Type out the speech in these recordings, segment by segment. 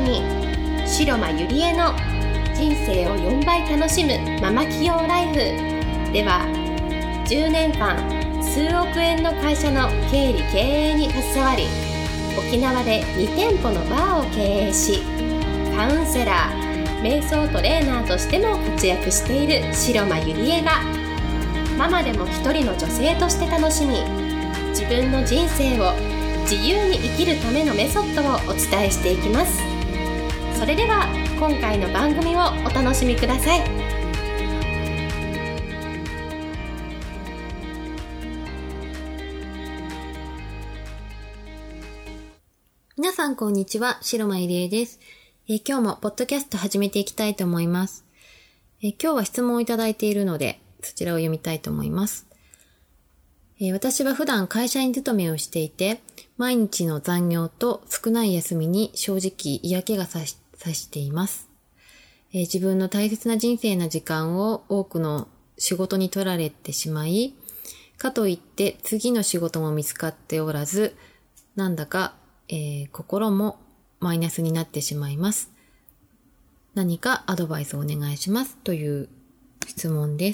に白間ゆりえの人生を4倍楽しむママ起業ライフでは、10年間数億円の会社の経理経営に携わり、沖縄で2店舗のバーを経営し、カウンセラー、瞑想トレーナーとしても活躍している白間ゆりえが、ママでも一人の女性として楽しみ、自分の人生を自由に生きるためのメソッドをお伝えしていきます。それでは今回の番組をお楽しみください。 皆さんこんにちは、白間ゆりえです。今日もポッドキャスト始めていきたいと思います。今日は質問をいただいているので、そちらを読みたいと思います。私は普段会社員勤めをしていて、毎日の残業と少ない休みに正直嫌気がさしています。自分の大切な人生の時間を多くの仕事に取られてしまい、かといって次の仕事も見つかっておらず、なんだか、心もマイナスになってしまいます。何かアドバイスをお願いしますという質問です。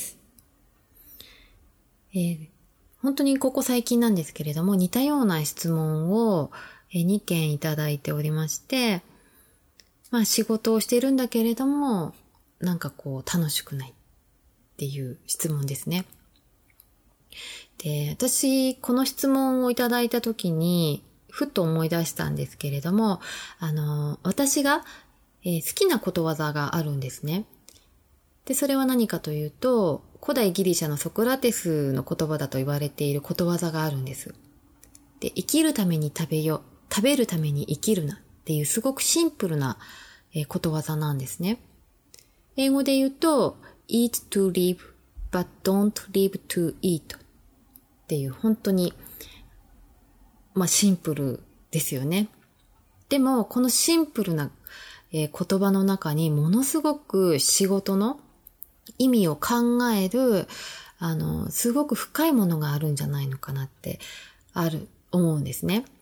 本当にここ最近なんですけれども、似たような質問を2件いただいておりまして、仕事をしているんだけれども、なんか楽しくないっていう質問ですね。で、私、この質問をいただいたときに、ふっと思い出したんですけれども、私が、好きなことわざがあるんですね。で、それは何かというと、古代ギリシャのソクラテスの言葉だと言われていることわざがあるんです。で、生きるために食べよ、食べるために生きるなっていうすごくシンプルなことわざなんですね。英語で言うと、eat to live, but don't live to eat っていう本当に、シンプルですよね。でも、このシンプルな言葉の中にものすごく仕事の意味を考える、すごく深いものがあるんじゃないのかなって思うんですね。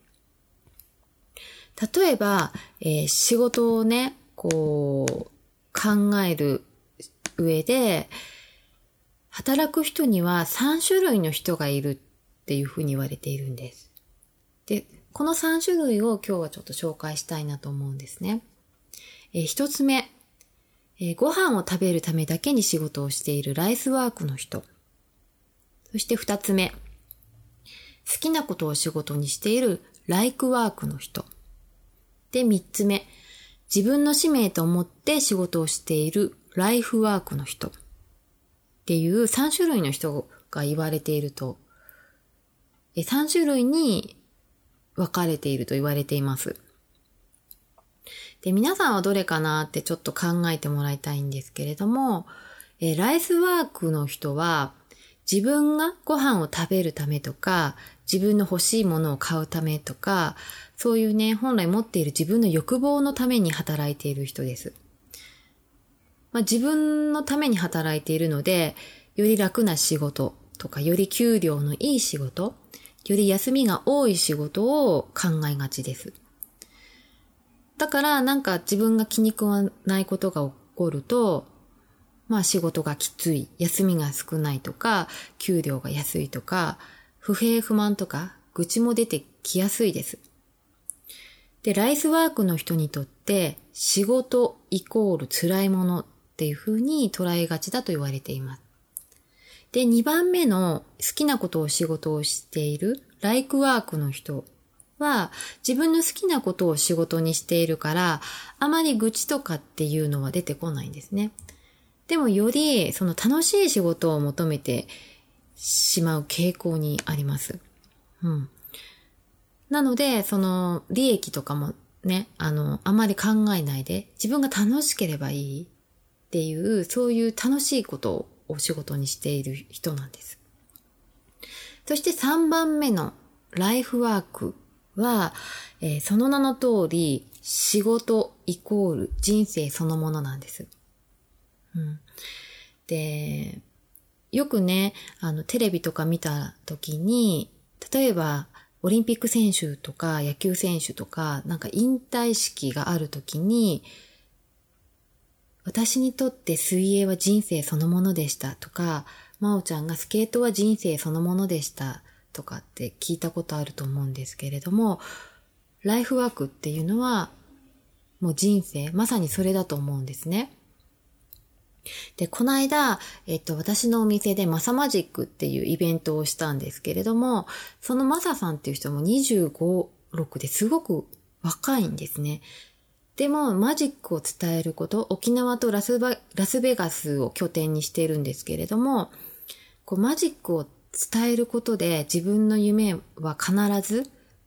例えば、仕事をね、考える上で、働く人には3種類の人がいるっていうふうに言われているんです。で、この3種類を今日はちょっと紹介したいなと思うんですね。一つ目、ご飯を食べるためだけに仕事をしているライスワークの人。そして二つ目、好きなことを仕事にしているライクワークの人。で、三つ目、自分の使命と思って仕事をしているライフワークの人。っていう3種類の人が言われていると、3種類に分かれていると言われています。で、皆さんはどれかなってちょっと考えてもらいたいんですけれども、ライスワークの人は自分がご飯を食べるためとか、自分の欲しいものを買うためとか、そういうね、本来持っている自分の欲望のために働いている人です。自分のために働いているので、より楽な仕事とか、より給料のいい仕事、より休みが多い仕事を考えがちです。だからなんか自分が気に食わないことが起こると、仕事がきつい、休みが少ないとか、給料が安いとか、不平不満とか、愚痴も出てきやすいです。で、ライスワークの人にとって仕事イコール辛いものっていう風に捉えがちだと言われています。で、2番目の好きなことを仕事をしているライクワークの人は自分の好きなことを仕事にしているからあまり愚痴とかっていうのは出てこないんですね。でもよりその楽しい仕事を求めてしまう傾向にあります。なのでその利益とかもね、あまり考えないで自分が楽しければいいっていうそういう楽しいことをお仕事にしている人なんです。そして3番目のライフワークは、その名の通り仕事イコール人生そのものなんです。で、よくね、テレビとか見た時に、例えばオリンピック選手とか野球選手とか、なんか引退式があるときに、私にとって水泳は人生そのものでしたとか、真央ちゃんがスケートは人生そのものでしたとかって聞いたことあると思うんですけれども、ライフワークっていうのはもう人生、まさにそれだと思うんですね。で、この間、私のお店でマサマジックっていうイベントをしたんですけれども、そのマサさんっていう人も25、6ですごく若いんですね。でも、マジックを伝えること、沖縄とラスベガスを拠点にしているんですけれども、こうマジックを伝えることで自分の夢は必ず、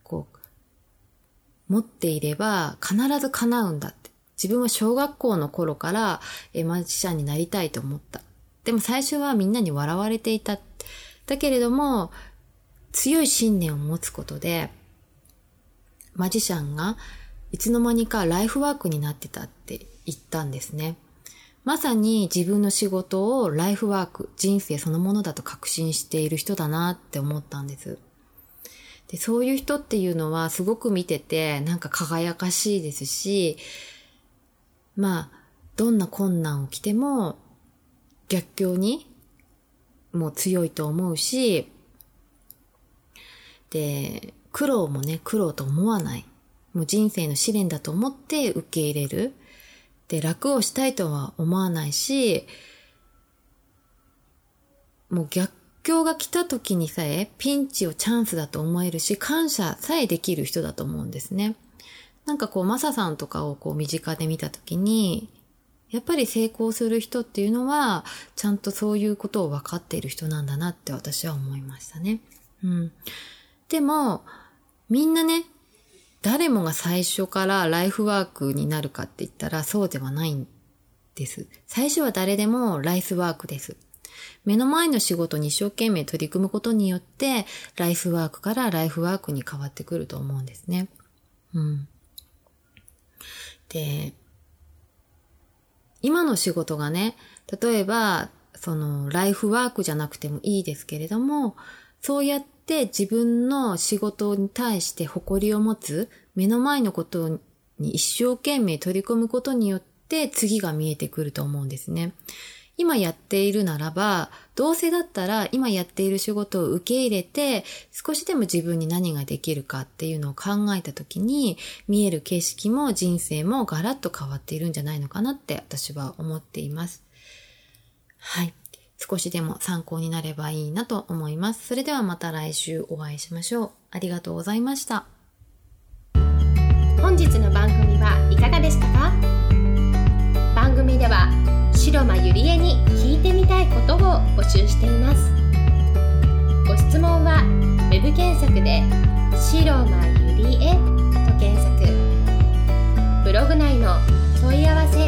持っていれば必ず叶うんだって。自分は小学校の頃からマジシャンになりたいと思った。でも最初はみんなに笑われていた。だけれども、強い信念を持つことで、マジシャンがいつの間にかライフワークになってたって言ったんですね。まさに自分の仕事をライフワーク、人生そのものだと確信している人だなって思ったんです。で、そういう人っていうのはすごく見ててなんか輝かしいですし、どんな困難を来ても逆境にもう強いと思うし、で、苦労もね、苦労と思わない。もう人生の試練だと思って受け入れる。で、楽をしたいとは思わないし、もう逆境が来た時にさえピンチをチャンスだと思えるし、感謝さえできる人だと思うんですね。なんかマサさんとかを身近で見た時に、やっぱり成功する人っていうのは、ちゃんとそういうことを分かっている人なんだなって私は思いましたね。でも、みんなね、誰もが最初からライフワークになるかって言ったらそうではないんです。最初は誰でもライフワークです。目の前の仕事に一生懸命取り組むことによって、ライフワークからライフワークに変わってくると思うんですね。で、今の仕事がね、例えば、ライフワークじゃなくてもいいですけれども、そうやって自分の仕事に対して誇りを持つ、目の前のことに一生懸命取り組むことによって次が見えてくると思うんですね。今やっているならば、どうせだったら今やっている仕事を受け入れて、少しでも自分に何ができるかっていうのを考えたときに、見える景色も人生もガラッと変わっているんじゃないのかなって私は思っています。はい。少しでも参考になればいいなと思います。それではまた来週お会いしましょう。ありがとうございました。 本日の番組はいかがでしたか？番組では白間ゆりえに聞いてみたいことを募集しています。ご質問はウェブ検索で白間ゆりえと検索。ブログ内の問い合わせ